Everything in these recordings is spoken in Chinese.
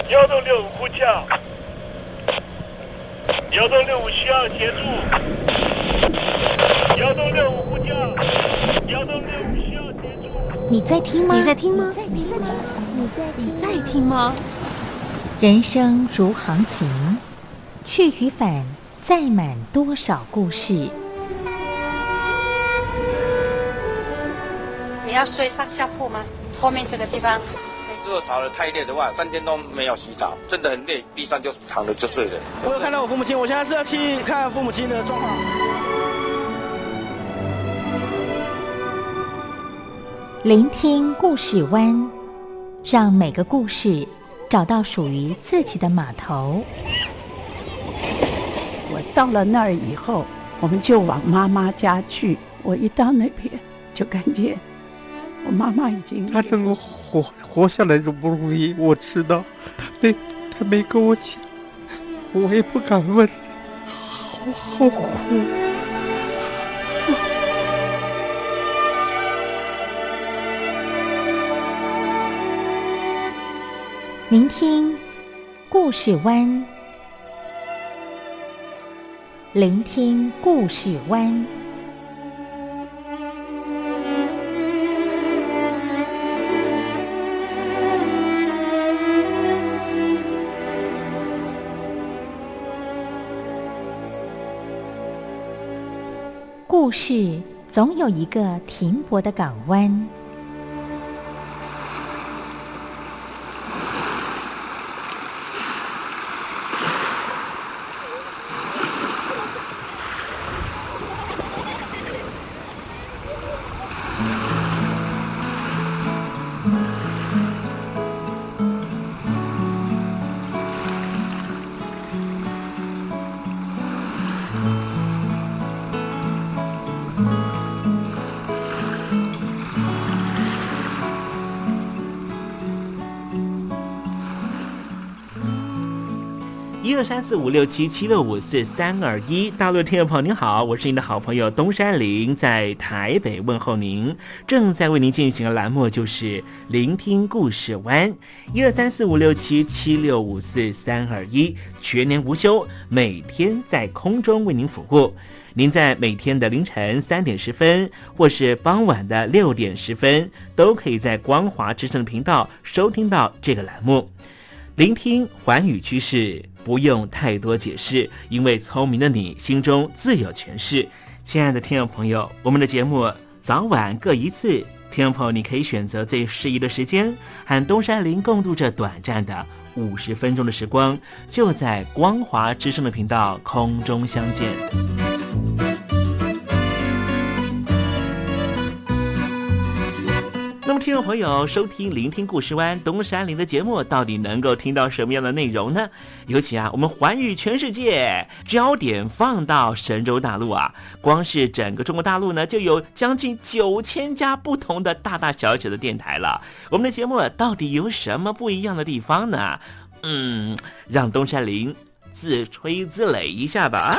幺洞六五呼叫，幺洞六五需要协助，幺洞六五呼叫，幺洞六五需要协助。 你在听吗？ 你在听吗？ 你在听吗？ 人生如航行，去与返，载满多少故事。 你要睡上下铺吗？后面这个地方。 如果吵得太累的话，3天都没有洗澡，真的很累，地上就躺着就睡了。 我有看到我父母亲，我现在是要去看父母亲的状况。 聆听故事湾，让每个故事找到属于自己的码头。 我到了那儿以后，我们就往妈妈家去。我一到那边，就感觉我妈妈已经， 她能够活下来就不容易，我知道，她没跟我讲，我也不敢问，好苦。 聆听故事湾，聆听故事湾。故事总有一个停泊的港湾。 12345677654-321，大陆的听众朋友您好，我是您的好朋友东山林，在台北问候您。正在为您进行的栏目就是聆听故事湾，12345677654-321，全年无休，每天在空中为您服务。您在每天的凌晨3点10分，或是傍晚的6点10分，都可以在光华之声的频道收听到这个栏目。聆听寰宇趋势，不用太多解释，因为聪明的你心中自有诠释。亲爱的听众朋友，我们的节目早晚各一次，听众朋友你可以选择最适宜的时间，和东山林共度这短暂的50分钟的时光，就在光华之声的频道空中相见。那么听众朋友收听聆听故事湾东山林的节目，到底能够听到什么样的内容呢？尤其我们寰宇全世界，焦点放到神州大陆光是整个中国大陆呢，就有将近9000家不同的大大小小的电台了。我们的节目到底有什么不一样的地方呢？让东山林自吹自擂一下吧。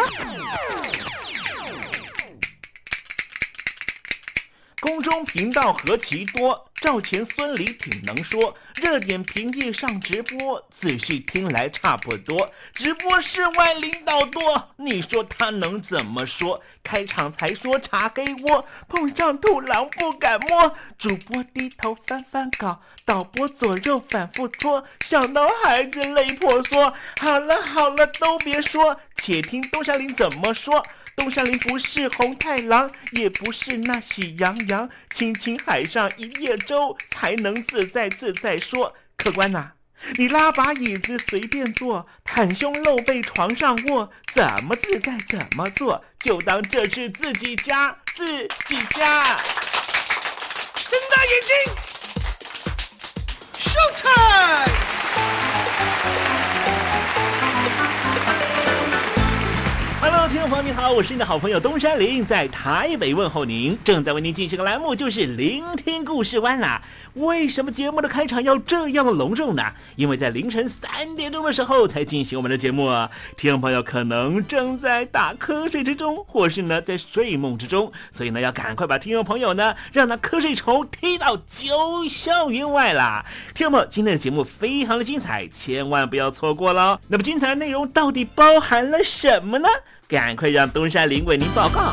空中频道何其多，赵钱孙李挺能说，热点平地上直播，仔细听来差不多。直播室外领导多，你说他能怎么说？开场才说茶黑窝，碰上土狼不敢摸。主播低头翻翻稿，导播左右反复搓，想到孩子泪婆娑。好了好了，都别说，且听东山林怎么说。东山林不是红太狼，也不是那喜羊羊，亲亲海上一叶舟，才能自在自在说。客官你拉把椅子随便坐，袒胸露背床上卧，怎么自在怎么做，就当这是自己家，自己家。睁大眼睛 ，Showtime！Hello， 听众众朋友您好，我是你的好朋友东山林，在台北问候您。正在为您进行的栏目就是聆听故事湾啦。为什么节目的开场要这样的隆重呢？因为在凌晨3点钟的时候才进行我们的节目啊。听众朋友可能正在打瞌睡之中，或是呢在睡梦之中，所以呢要赶快把听众朋友呢让那瞌睡虫踢到9校园外啦。听众朋友，今天的节目非常的精彩，千万不要错过了。那么精彩的内容到底包含了什么呢？赶快让东山林为您报告。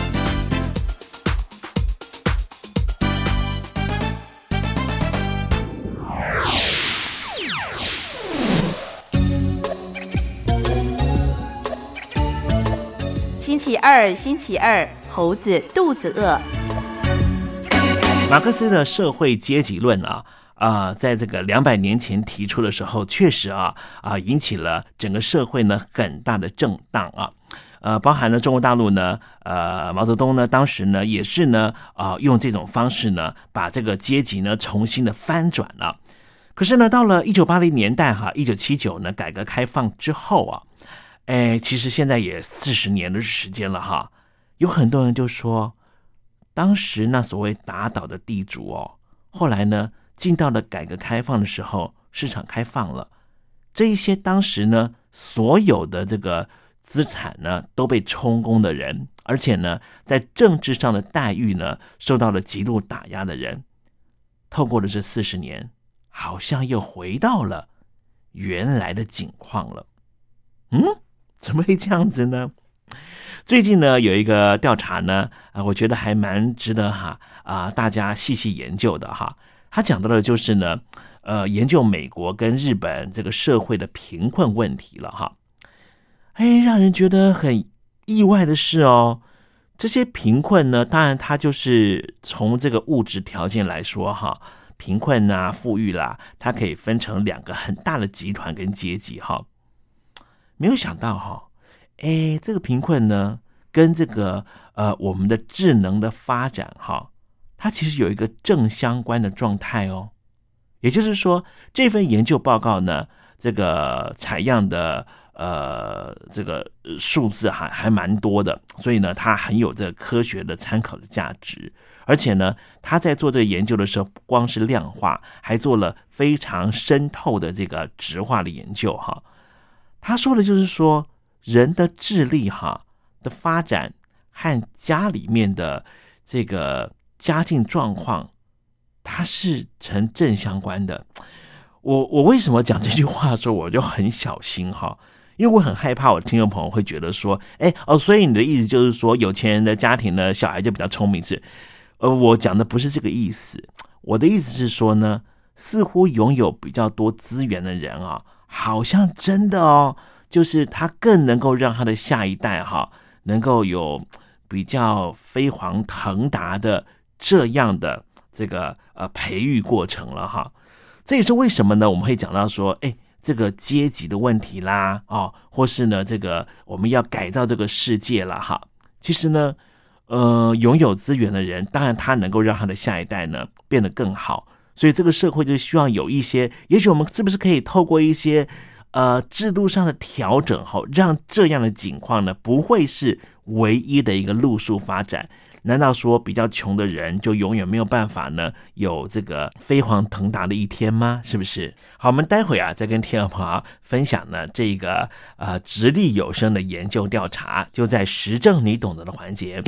星期二，猴子肚子饿。 马克思的社会阶级论在这个200年前提出的时候，确实引起了整个社会呢很大的震荡包含了中国大陆呢，毛泽东呢当时呢也是呢用这种方式呢把这个阶级呢重新的翻转了。可是呢到了1980年代1979呢改革开放之后其实现在也40年的时间了有很多人就说，当时那所谓打倒的地主后来呢进到了改革开放的时候，市场开放了，这一些当时呢所有的这个资产呢都被充公的人，而且呢在政治上的待遇呢受到了极度打压的人，透过了这40年，好像又回到了原来的景况了。怎么会这样子呢？最近呢有一个调查呢我觉得还蛮值得大家细细研究的他讲到的就是呢研究美国跟日本这个社会的贫困问题了让人觉得很意外的是这些贫困呢，当然它就是从这个物质条件来说贫困富裕啦，它可以分成2个很大的集团跟阶级没有想到这个贫困呢跟这个我们的智能的发展它其实有一个正相关的状态也就是说，这份研究报告呢这个采样的这个数字还蛮多的，所以呢它很有这个科学的参考的价值。而且呢他在做这个研究的时候，不光是量化，还做了非常深透的这个质化的研究他说的就是说，人的智力的发展和家里面的这个家境状况，它是成正相关的。我为什么讲这句话的时候我就很小心因为我很害怕我听众朋友会觉得说所以你的意思就是说有钱人的家庭呢小孩就比较聪明是我讲的不是这个意思。我的意思是说呢，似乎拥有比较多资源的人好像真的就是他更能够让他的下一代能够有比较飞黄腾达的这样的这个培育过程了这也是为什么呢我们会讲到说这个阶级的问题啦或是呢这个我们要改造这个世界啦其实呢拥有资源的人，当然他能够让他的下一代呢变得更好，所以这个社会就需要有一些，也许我们是不是可以透过一些制度上的调整让这样的景况呢不会是唯一的一个路数发展。难道说比较穷的人就永远没有办法呢有这个飞黄腾达的一天吗？是不是？好，我们待会再跟听众朋友分享呢这个直立有声的研究调查，就在实证你懂得的环节。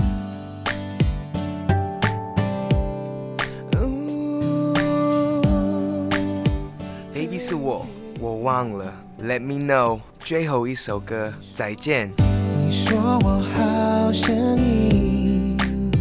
Baby 是我忘了 Let me know 最后一首歌再见。你说我好声音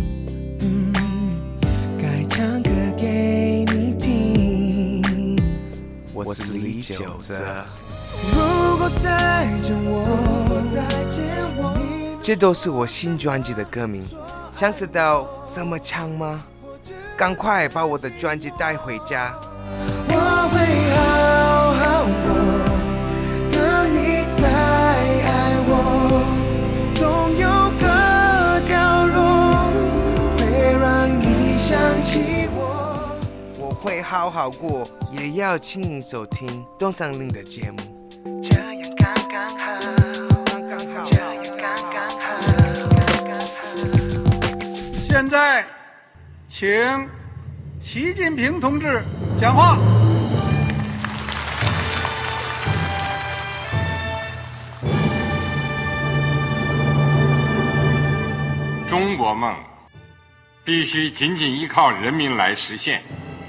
该唱歌给你听，我是李玖哲。如果再见我，这都是我新专辑的歌名，想知道怎么唱吗？赶快把我的专辑带回家。我会好好过，等你再爱我，总有个角落会让你想起我。我会好好过，也要请你收听东山林的节目。这样刚刚好，这样刚刚好。 现在，请习近平同志讲话。 中国梦必须紧紧依靠人民来实现。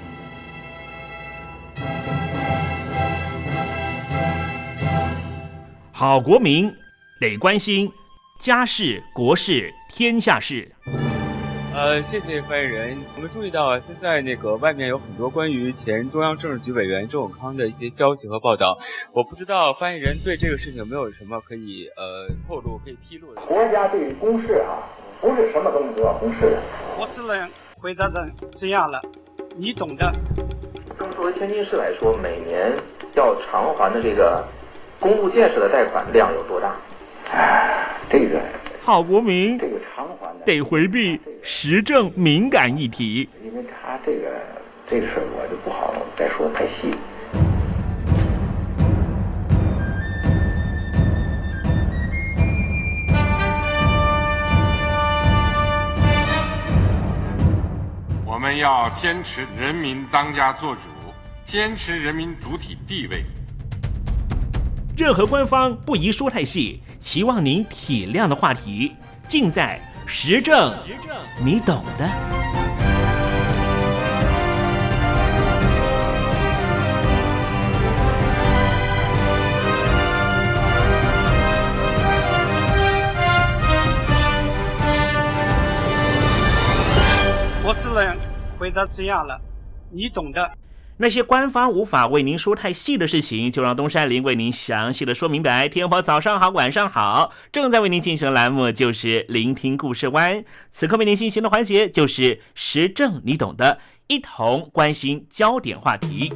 好国民得关心家事、国事、天下事。 谢谢发言人。我们注意到现在外面有很多关于前中央政治局委员周永康的一些消息和报道，我不知道发言人对这个事情有没有什么可以透露、可以披露的。 国家对于公事不是什么东西都要公示的。 我只能回答成这样了，你懂的。 作为天津市来说，每年要偿还的这个公路建设的贷款量有多大？这个好国民这个偿还得回避时政敏感议题， 因为他这个事儿我就不好再说太细。 我们要坚持人民当家作主，坚持人民主体地位。 任何官方不宜说太细，期望您体谅的话题，尽在时政，你懂的。 我只能回答这样了，你懂的。 那些官方无法为您说太细的事情，就让东山林为您详细的说明白。天婆早上好，晚上好，正在为您进行的栏目就是聆听故事湾，此刻为您进行的环节就是时政你懂的，一同关心焦点话题。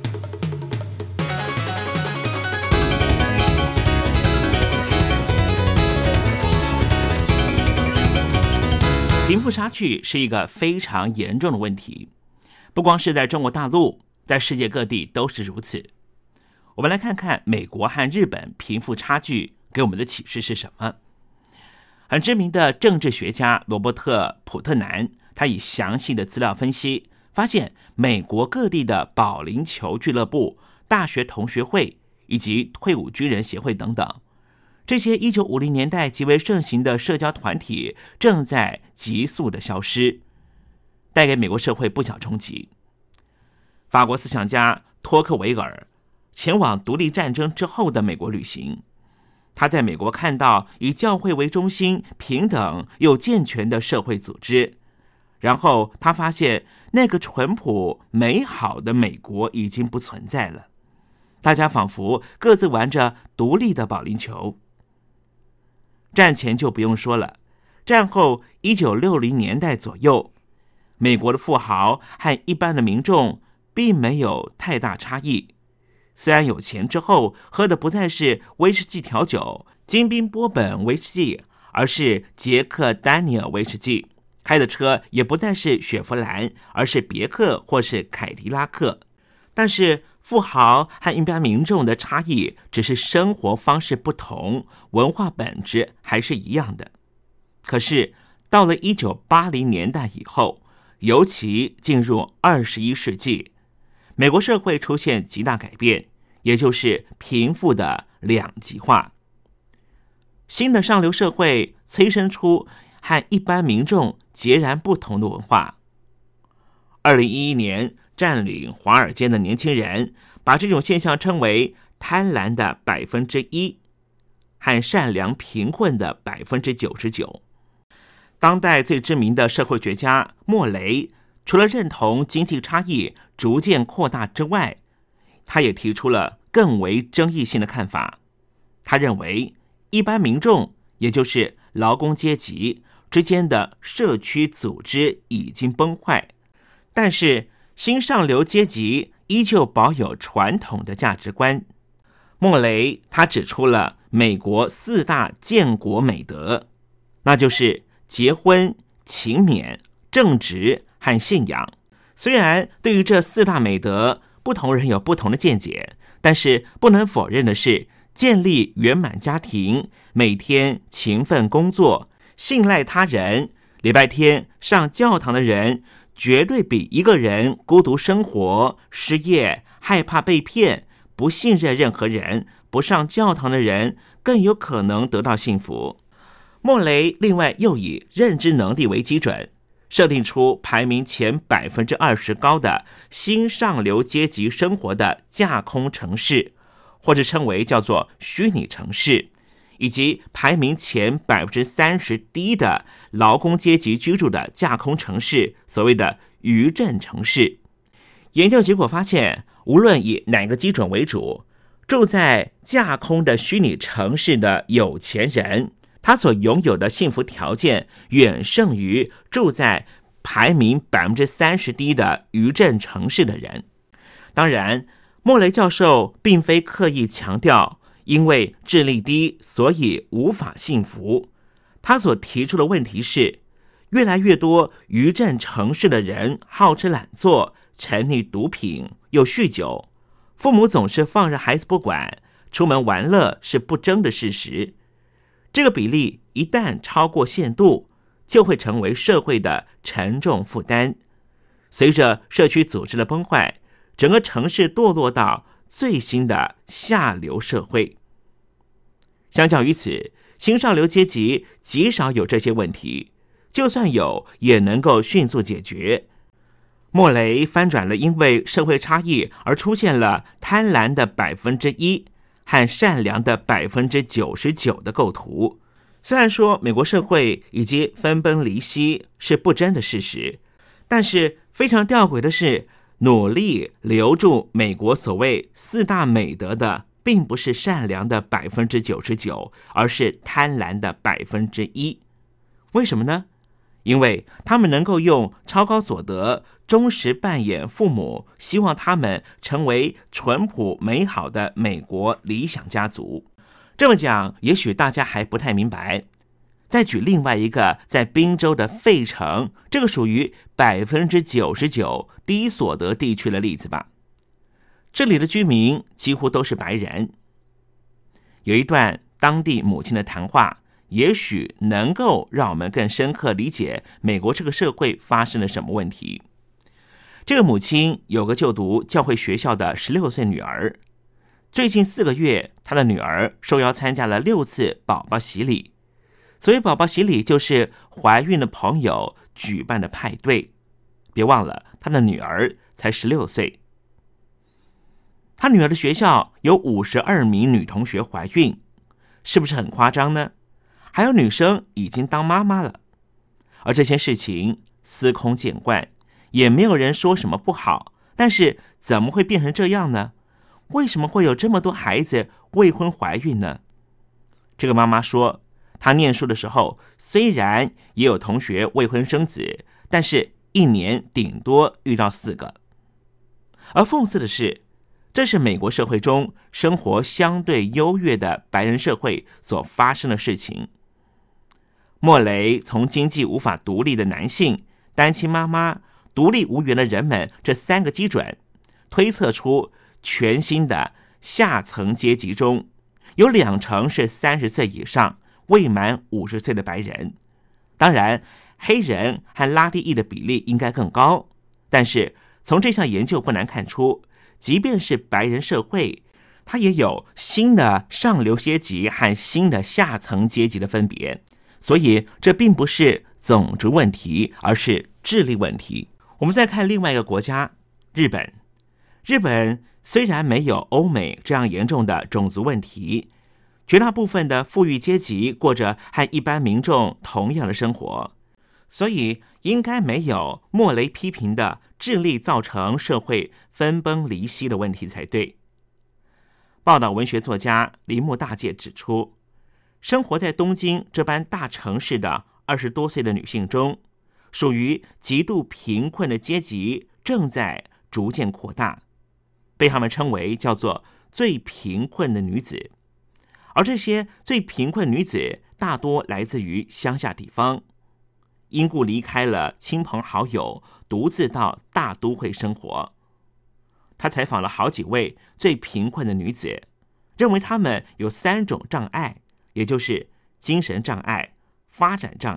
贫富差距是一个非常严重的问题，不光是在中国大陆，在世界各地都是如此。我们来看看美国和日本贫富差距给我们的启示是什么。很知名的政治学家罗伯特·普特南，他以详细的资料分析，发现美国各地的保龄球俱乐部、大学同学会以及退伍军人协会等等，这些1950年代极为盛行的社交团体正在急速的消失，带给美国社会不小冲击。法国思想家托克维尔前往独立战争之后的美国旅行，他在美国看到以教会为中心、平等又健全的社会组织，然后他发现那个淳朴美好的美国已经不存在了，大家仿佛各自玩着独立的保龄球。战前就不用说了，战后1960年代左右，美国的富豪和一般的民众并没有太大差异。虽然有钱之后喝的不再是威士忌调酒、金宾波本威士忌，而是杰克丹尼尔威士忌，开的车也不再是雪佛兰，而是别克或是凯迪拉克。但是富豪和一般民众的差异只是生活方式不同，文化本质还是一样的。可是到了1980年代以后，尤其进入21世纪，美国社会出现极大改变，也就是贫富的两极化。新的上流社会催生出和一般民众截然不同的文化。2011年占领华尔街的年轻人把这种现象称为贪婪的1%和善良贫困的99%。当代最知名的社会学家莫雷除了认同经济差异逐渐扩大之外，他也提出了更为争议性的看法。他认为一般民众，也就是劳工阶级之间的社区组织已经崩坏，但是新上流阶级依旧保有传统的价值观。莫雷他指出了美国4大建国美德，那就是结婚、勤勉、正直和信仰。虽然对于这4大美德，不同人有不同的见解，但是不能否认的是，建立圆满家庭、每天勤奋工作、信赖他人、 礼拜天上教堂的人绝对比一个人孤独生活、失业、害怕被骗、不信任任何人、不上教堂的人更有可能得到幸福。莫雷另外又以认知能力为基准，设定出排名前20%高的新上流阶级生活的架空城市，或者称为叫做虚拟城市，以及排名前30%低的劳工阶级居住的架空城市，所谓的余震城市。研究结果发现，无论以哪个基准为主，住在架空的虚拟城市的有钱人，他所拥有的幸福条件远胜于住在排名30%低的余震城市的人。当然，莫雷教授并非刻意强调因为智力低所以无法幸福，他所提出的问题是，越来越多余震城市的人好吃懒做，沉溺毒品又酗酒，父母总是放任孩子不管，出门玩乐是不争的事实。这个比例一旦超过限度，就会成为社会的沉重负担。随着社区组织的崩坏，整个城市堕落到最新的下流社会。相较于此，新上流阶级极少有这些问题，就算有，也能够迅速解决。莫雷翻转了因为社会差异而出现了贪婪的1%和善良的99%的构图。虽然说美国社会以及分崩离析是不争的事实，但是非常吊诡的是，努力留住美国所谓4大美德的，并不是善良的99%，而是贪婪的1%。为什么呢？因为他们能够用超高所得忠实扮演父母希望他们成为淳朴美好的美国理想家族。这么讲，也许大家还不太明白。再举另外一个在宾州的费城，这个属于99%低所得地区的例子吧。这里的居民几乎都是白人。有一段当地母亲的谈话，也许能够让我们更深刻理解美国这个社会发生了什么问题。这个母亲有个就读教会学校的16岁女儿，最近4个月，她的女儿受邀参加了6次宝宝洗礼。所谓宝宝洗礼，就是怀孕的朋友举办的派对。别忘了，她的女儿才16岁。她女儿的学校有52名女同学怀孕，是不是很夸张呢？还有女生已经当妈妈了，而这些事情司空见惯，也没有人说什么不好。但是怎么会变成这样呢？为什么会有这么多孩子未婚怀孕呢？这个妈妈说，她念书的时候虽然也有同学未婚生子，但是1年顶多遇到4个。而讽刺的是，这是美国社会中生活相对优越的白人社会所发生的事情。莫雷从经济无法独立的男性、单亲妈妈、独立无援的人们这3个基准，推测出全新的下层阶级中，有20%是30岁以上、未满50岁的白人。当然，黑人和拉丁裔的比例应该更高，但是从这项研究不难看出，即便是白人社会，它也有新的上流阶级和新的下层阶级的分别。所以这并不是种族问题，而是智力问题。我们再看另外一个国家，日本。日本虽然没有欧美这样严重的种族问题，绝大部分的富裕阶级过着和一般民众同样的生活，所以应该没有莫雷批评的智力造成社会分崩离析的问题才对。报道文学作家铃木大介指出，生活在东京这般大城市的20多岁的女性中，属于极度贫困的阶级正在逐渐扩大，被他们称为叫做最贫困的女子。而这些最贫困女子大多来自于乡下地方，因故离开了亲朋好友，独自到大都会生活。他采访了好几位最贫困的女子，认为她们有3种障碍，也就是精神障碍、发展障碍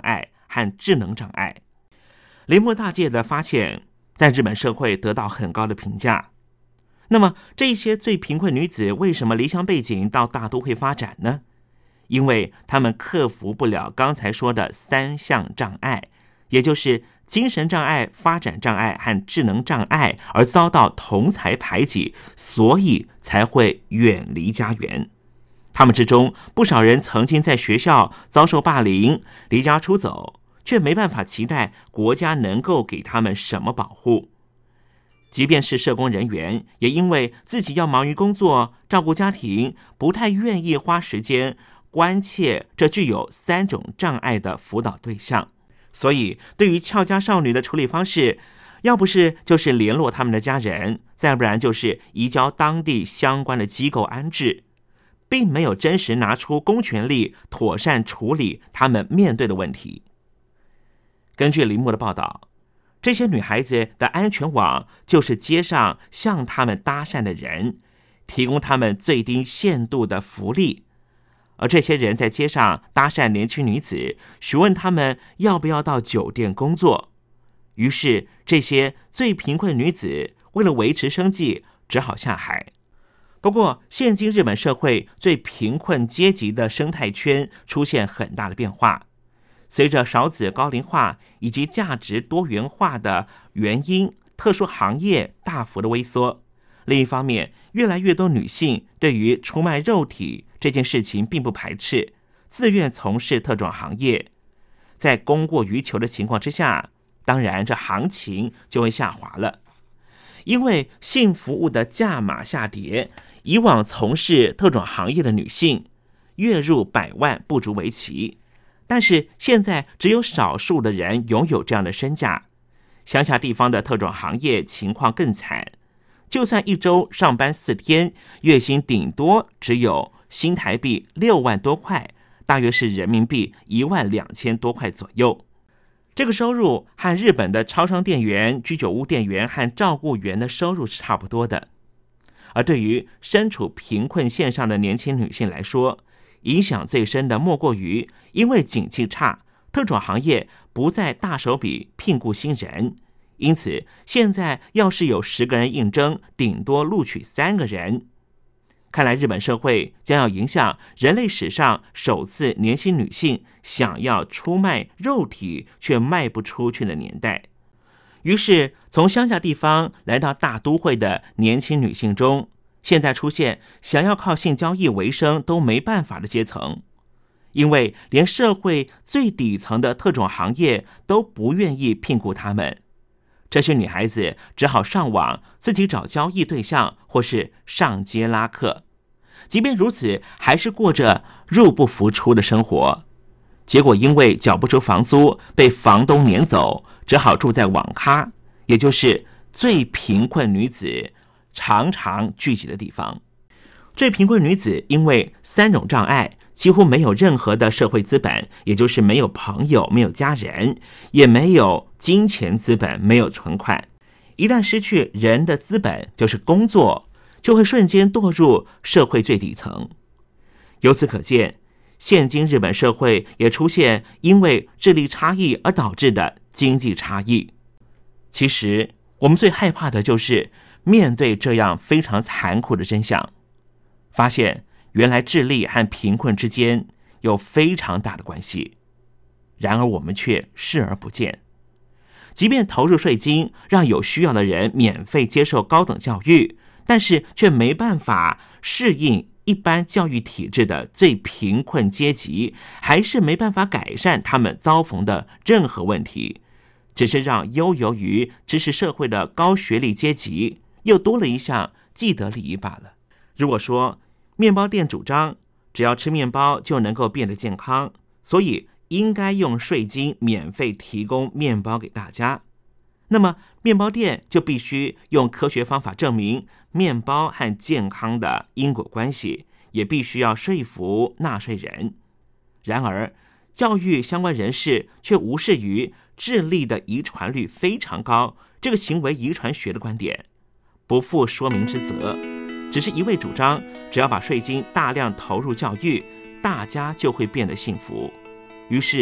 和智能障碍。铃木大介的发现在日本社会得到很高的评价。那么这些最贫困女子为什么离乡背井到大都会发展呢？因为她们克服不了刚才说的3项障碍，也就是精神障碍、发展障碍和智能障碍，而遭到同侪排挤，所以才会远离家园。他们之中不少人曾经在学校遭受霸凌，离家出走，却没办法期待国家能够给他们什么保护。即便是社工人员，也因为自己要忙于工作、照顾家庭，不太愿意花时间关切这具有3种障碍的辅导对象。所以对于俏家少女的处理方式，要不是就是联络他们的家人，再不然就是移交当地相关的机构安置，并没有真实拿出公权力妥善处理他们面对的问题。根据铃木的报道，这些女孩子的安全网就是街上向他们搭讪的人，提供他们最低限度的福利。而这些人在街上搭讪年轻女子，询问他们要不要到酒店工作。于是这些最贫困女子为了维持生计，只好下海。不过现今日本社会最贫困阶级的生态圈出现很大的变化，随着少子高龄化以及价值多元化的原因，特殊行业大幅的萎缩。另一方面，越来越多女性对于出卖肉体这件事情并不排斥，自愿从事特种行业。在供过于求的情况之下，当然这行情就会下滑了。因为性服务的价码下跌，以往从事特种行业的女性月入100万不足为奇，但是现在只有少数的人拥有这样的身价。乡下地方的特种行业情况更惨，就算一周上班4天，月薪顶多只有新台币6万多块，大约是人民币12000多块左右。这个收入和日本的超商店员、居酒屋店员和照顾员的收入是差不多的。而对于身处贫困线上的年轻女性来说，影响最深的莫过于因为景气差，特种行业不再大手笔聘雇新人，因此现在要是有10个人应征，顶多录取3个人。看来日本社会将要迎向人类史上首次年轻女性想要出卖肉体却卖不出去的年代。于是从乡下地方来到大都会的年轻女性中，现在出现想要靠性交易为生都没办法的阶层，因为连社会最底层的特种行业都不愿意聘雇他们。这些女孩子只好上网自己找交易对象，或是上街拉客。即便如此，还是过着入不敷出的生活。结果因为缴不出房租，被房东撵走，只好住在网咖，也就是最贫困女子常常聚集的地方。最贫困女子因为3种障碍，几乎没有任何的社会资本，也就是没有朋友、没有家人，也没有金钱资本，没有存款。一旦失去人的资本，就是工作，就会瞬间堕入社会最底层。由此可见，现今日本社会也出现因为智力差异而导致的经济差异。其实我们最害怕的就是面对这样非常残酷的真相，发现原来智力和贫困之间有非常大的关系，然而我们却视而不见。即便投入税金让有需要的人免费接受高等教育，但是却没办法适应一般教育体制的最贫困阶级，还是没办法改善他们遭逢的任何问题，只是让悠游于知识社会的高学历阶级又多了一项既得利益罢了。如果说面包店主张只要吃面包就能够变得健康，所以应该用税金免费提供面包给大家，那么面包店就必须用科学方法证明面包和健康的因果关系，也必须要说服纳税人。然而教育相关人士却无视于智力的遗传率非常高这个行为遗传学的观点，不负说明之责，只是一味主张只要把税金大量投入教育，大家就会变得幸福。于是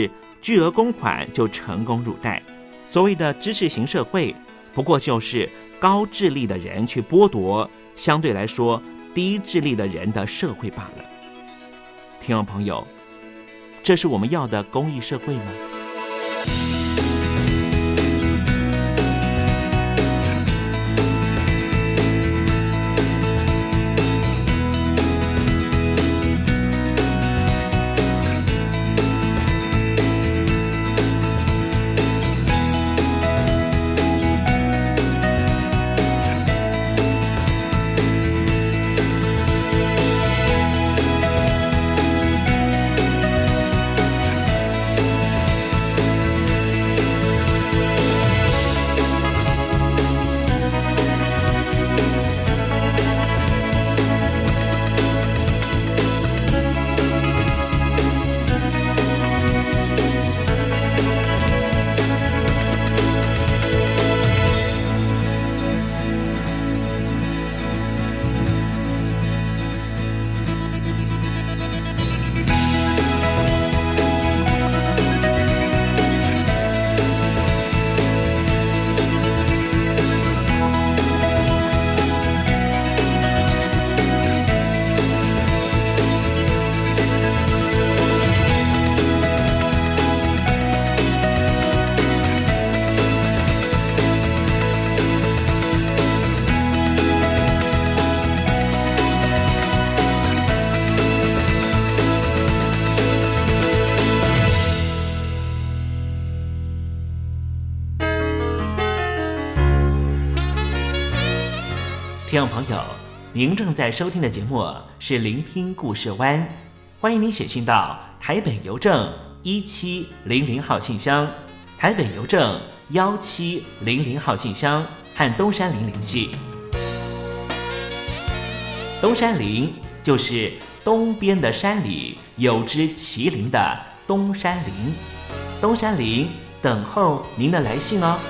巨额公款就成功入袋。所谓的知识型社会，不过就是高智力的人去剥夺相对来说低智力的人的社会罢了。听众朋友，这是我们要的公益社会吗？听众朋友，您正在收听的节目是聆听故事湾，欢迎您写信到台北邮政1700号信箱，台北邮政1700号信箱，和东山林联系。东山林就是东边的山里有只麒麟的东山林，东山林等候您的来信哦。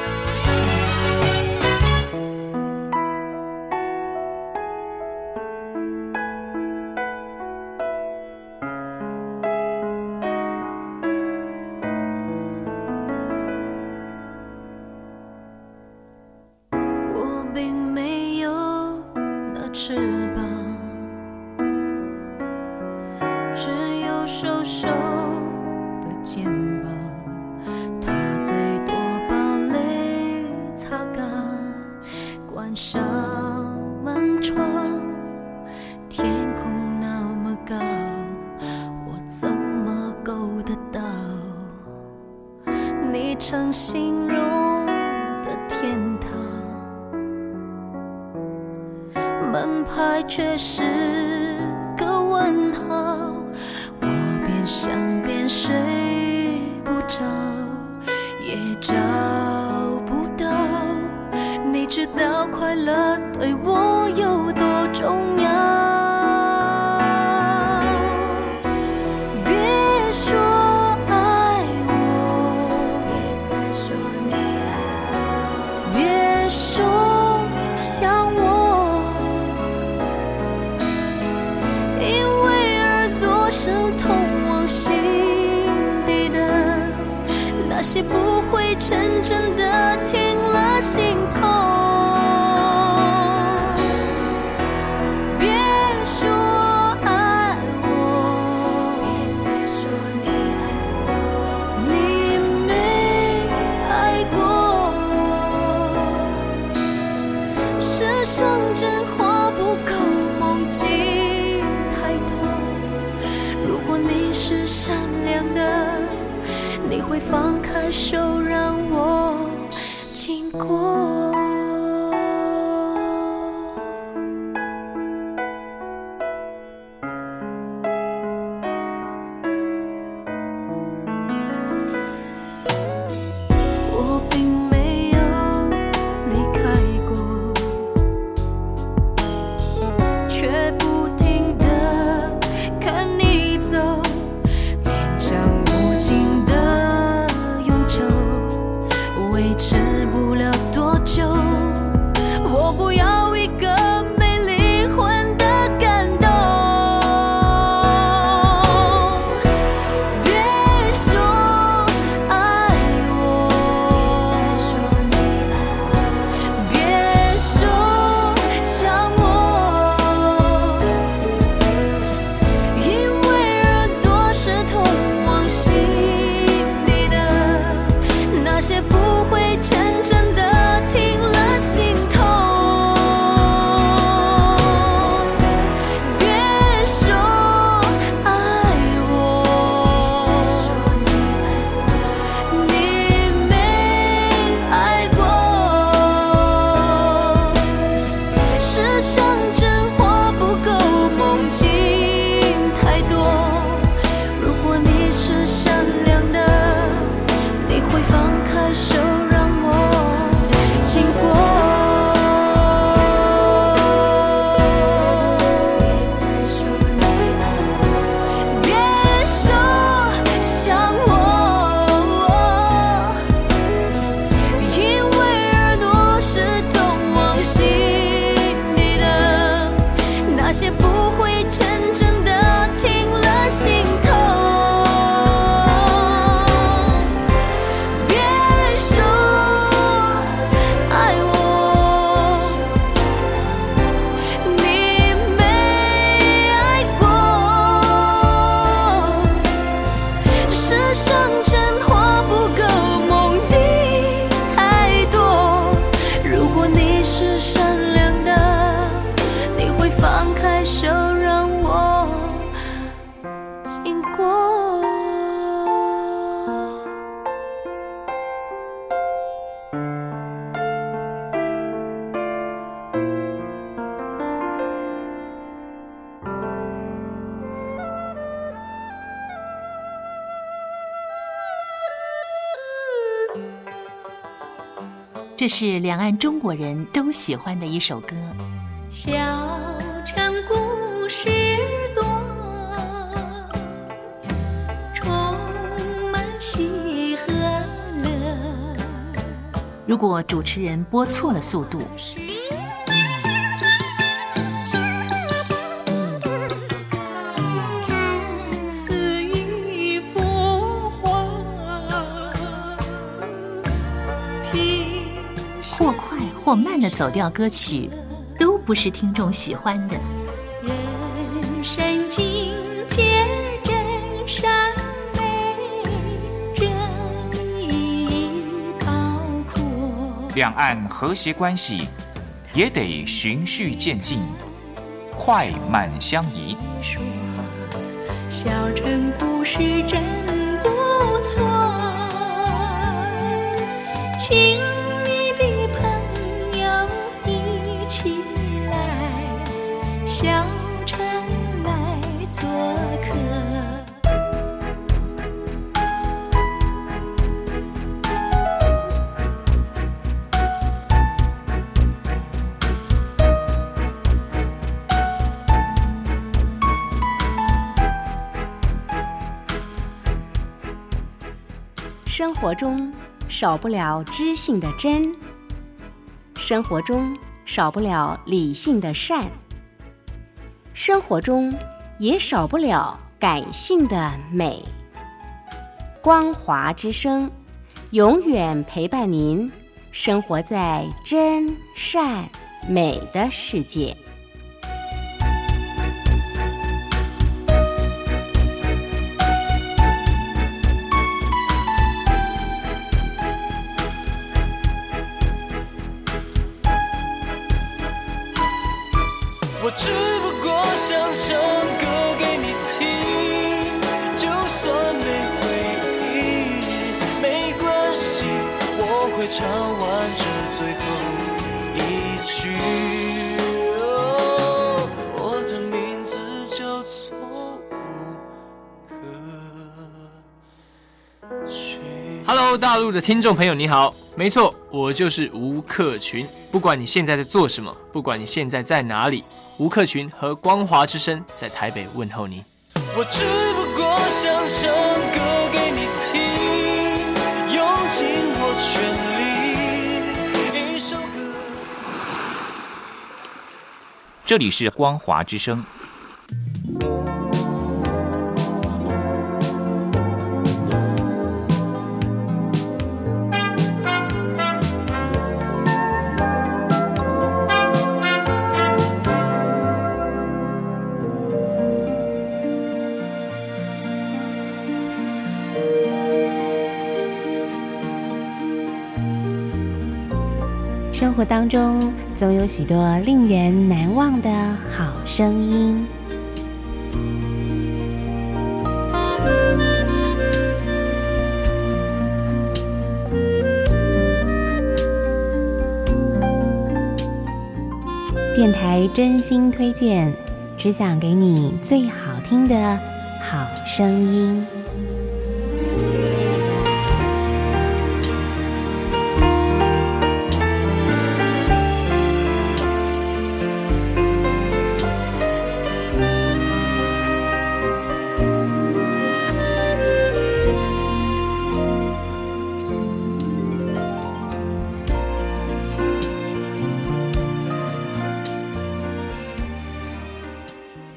门牌却是个问号，我边想边睡不着，也找不到。你知道快乐对我有多重要？别说爱我，别再说你爱我，别说想我。声通往心底的那些不会真正的停了心痛。别说爱我，别再说你爱我，你没爱过。世上真话不够梦境太多，如果你是善良的，你会放开手让我经过。我并没有离开过，却不停地看你走，勉强不经的永久，维持不了多久。 些不会真正的停了心痛。别说爱我，你没爱过。世上真话不够，梦境太多。如果你是善良的，你会放开手让我经过。 这是两岸中国人都喜欢的一首歌。 小城故事多，充满喜和乐。 如果主持人播错了速度， 看似一幅画， 或快或慢的走调歌曲，都不是听众喜欢的。 人生境界真善美，这一包括两岸和谐关系也得循序渐进，快慢相宜。 小城故事真不错，请你的朋友一起来小城来做客。 生活中少不了知性的真，生活中少不了理性的善，生活中也少不了感性的美。光华之声永远陪伴您生活在真善美的世界。 我只不过想唱歌给你听，就算没回应没关系，我会唱完这最后一句。我的名字叫做吴克群。 Hello， 大陆的听众朋友，你好，没错，我就是吴克群。不管你现在在做什么，不管你现在在哪里，吴克群和光华之声在台北问候你。 我只不过想唱歌给你听，用尽我全力，一首歌。 这里是光华之声。 生活当中总有许多令人难忘的好声音。电台真心推荐，只想给你最好听的好声音。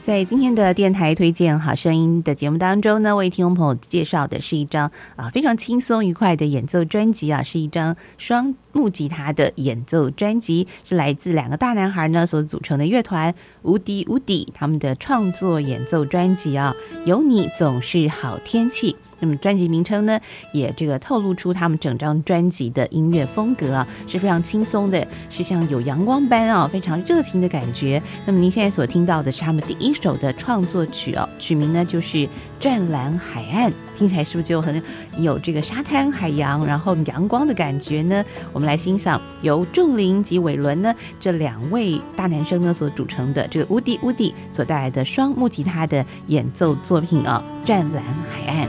在今天的电台推荐好声音的节目当中呢，为听众朋友介绍的是一张非常轻松愉快的演奏专辑是一张双木吉他的演奏专辑，是来自2个大男孩呢所组成的乐团无敌无敌他们的创作演奏专辑有你总是好天气。那么专辑名称呢，也这个透露出他们整张专辑的音乐风格是非常轻松的，是像有阳光般非常热情的感觉。那么您现在所听到的是他们第一首的创作曲曲名呢就是《湛蓝海岸》，听起来是不是就很有这个沙滩、海洋，然后阳光的感觉呢？我们来欣赏由仲林及伟伦呢这2位大男生呢所组成的这个无敌无敌所带来的双木吉他的演奏作品《湛蓝海岸》。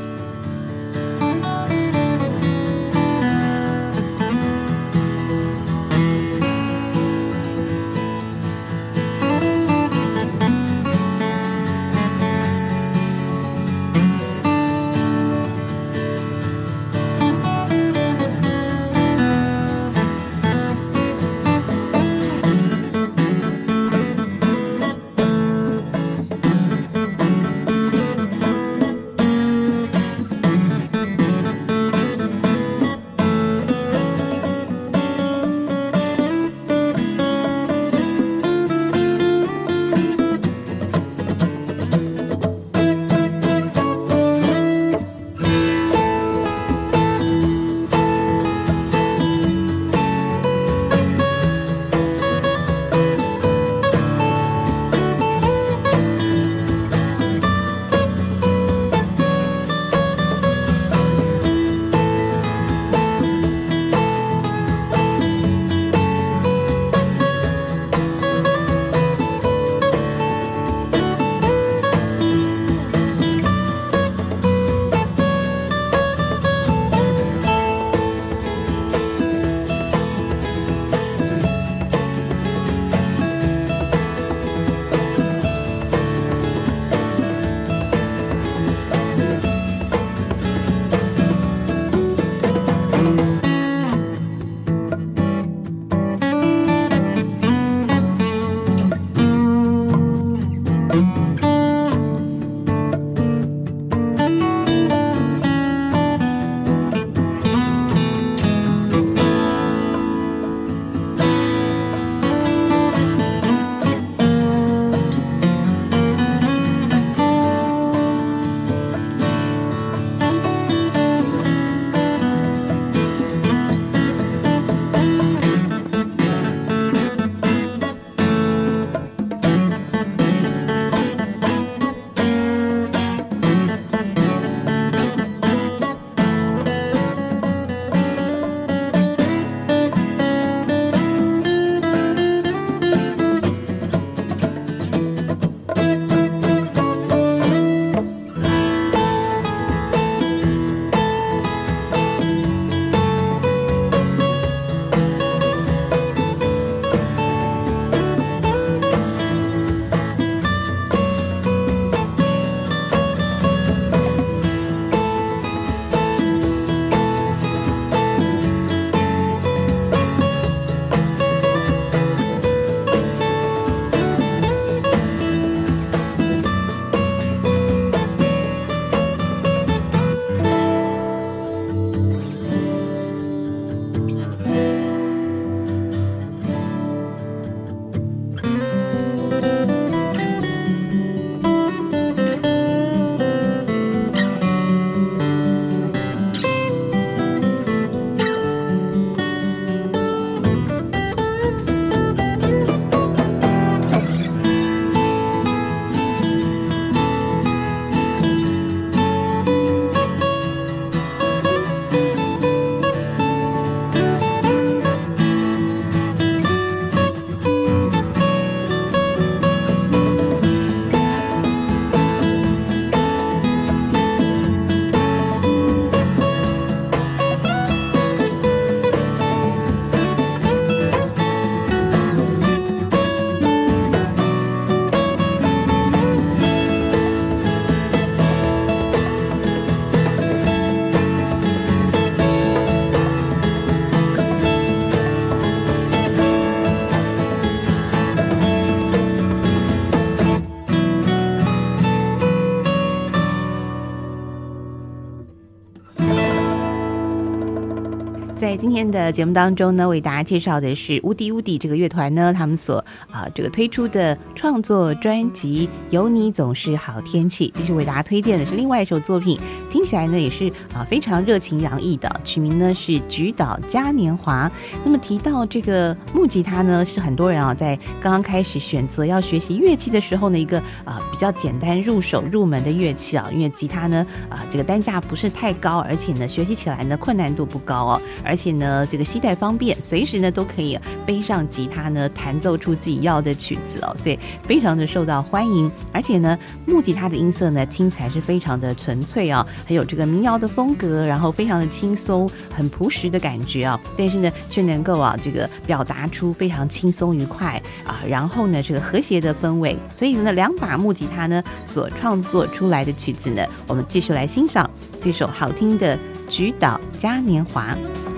在今天的节目当中呢，为大家介绍的是乌迪乌迪这个乐团呢，他们所这个推出的创作专辑《有你总是好天气》。继续为大家推荐的是另外一首作品，听起来呢也是非常热情洋溢的，曲名呢是《菊岛嘉年华》。那么提到这个木吉他呢，是很多人在刚刚开始选择要学习乐器的时候呢，一个比较简单入门的乐器因为吉他呢这个单价不是太高，而且呢学习起来呢困难度不高而且呢这个携带方便，随时呢都可以背上吉他呢弹奏出自己要的曲子所以非常的受到欢迎。而且呢木吉他的音色呢听起来是非常的纯粹还有这个民谣的风格，然后非常的轻松，很朴实的感觉但是呢却能够这个表达出非常轻松愉快然后呢这个和谐的氛围。所以呢两把木吉他呢所创作出来的曲子呢，我们继续来欣赏这首好听的《菊岛嘉年华》。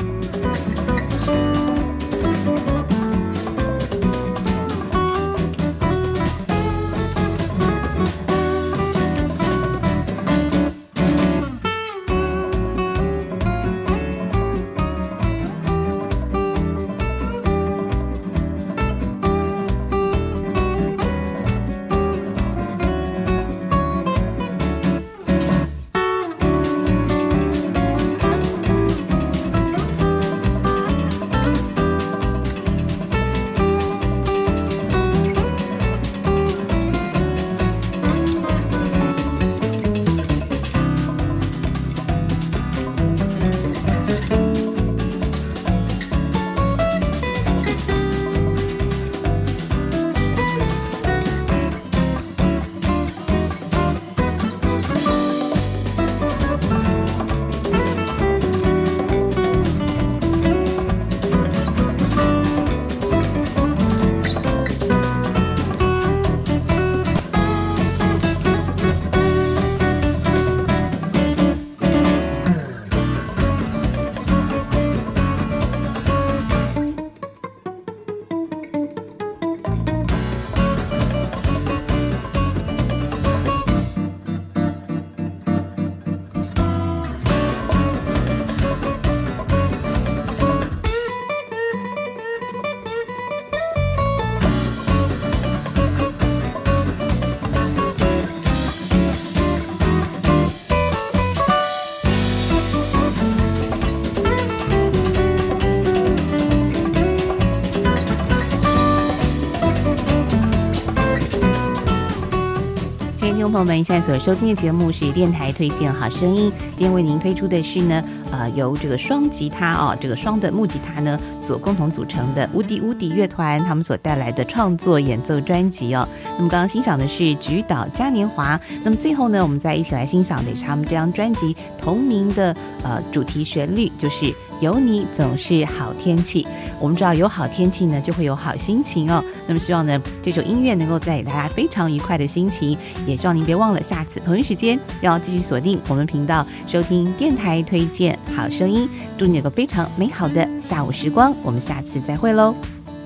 朋友们，现在所收听的节目是电台推荐好声音。今天为您推出的是呢，由这个双吉他这个双的木吉他呢所共同组成的乌迪乌迪乐团，他们所带来的创作演奏专辑那么刚刚欣赏的是《菊岛嘉年华》，那么最后呢，我们再一起来欣赏的是他们这张专辑同名的主题旋律，就是有你总是好天气。我们知道有好天气呢，就会有好心情那么希望呢，这首音乐能够带给大家非常愉快的心情。也希望您别忘了下次同一时间要继续锁定我们频道，收听电台推荐好声音。祝你有个非常美好的下午时光，我们下次再会喽。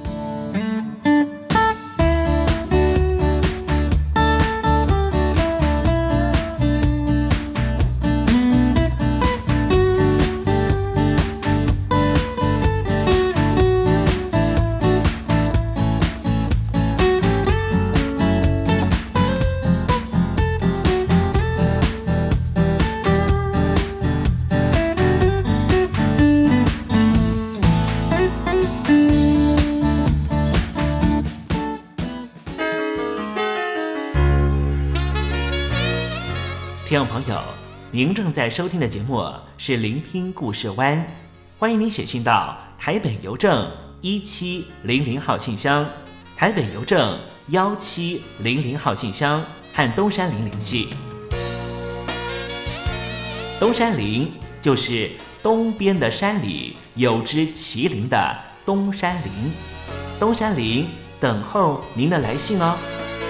听众朋友，您正在收听的节目是聆听故事湾，欢迎您写信到台北邮政1700号信箱，台北邮政1700号信箱和东山林联系。东山林就是东边的山里有只麒麟的东山林，东山林等候您的来信哦。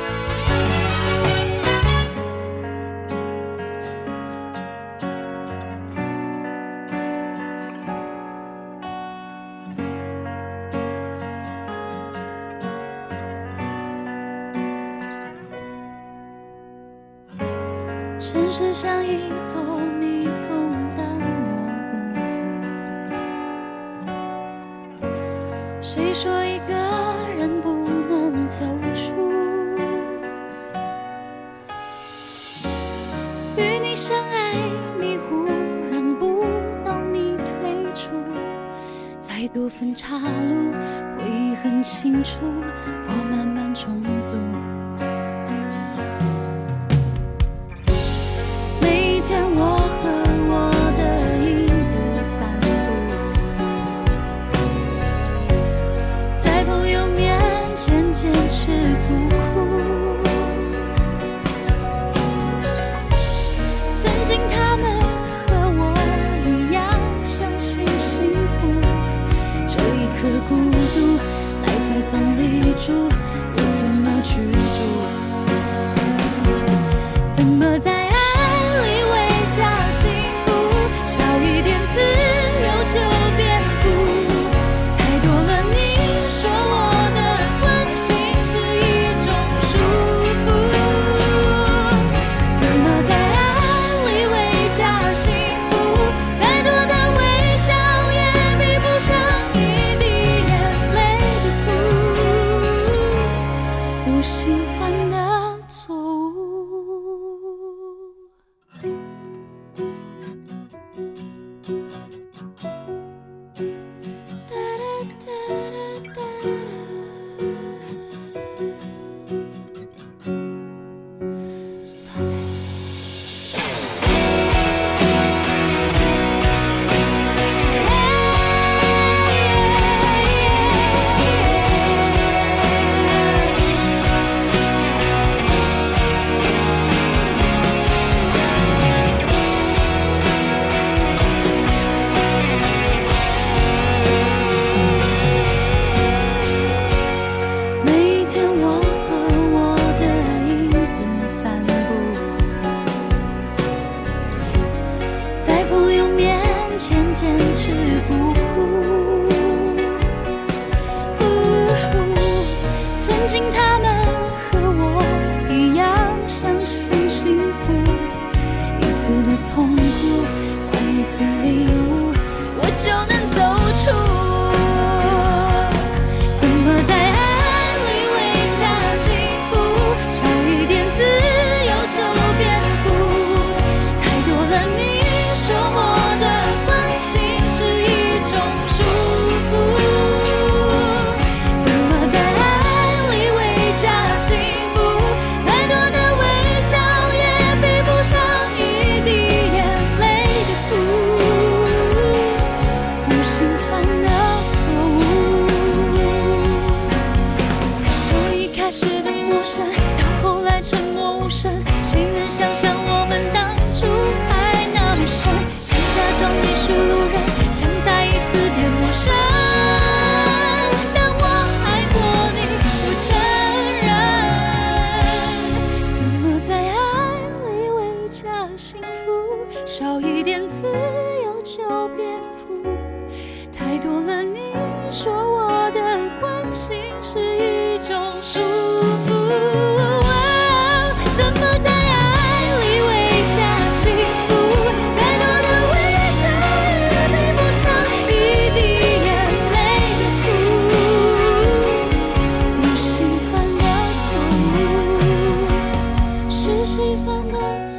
城市像一座迷宫，但我不走， 说一个人不能走出，与你相爱，你忽然不懂你退出，再多分岔路，回忆很清楚，我慢慢重组。每一天我和我的影子散步，在朋友面前坚持不哭，曾经他们和我一样相信幸福，这一颗孤独赖在风里住，我怎么去住？怎么在爱里为加幸福，少一点自由就变富，太多了你说我的关心是一种束缚，怎么在爱里为加幸福，再多的微笑也比不上一滴眼泪的苦，不心烦的错误。是习惯的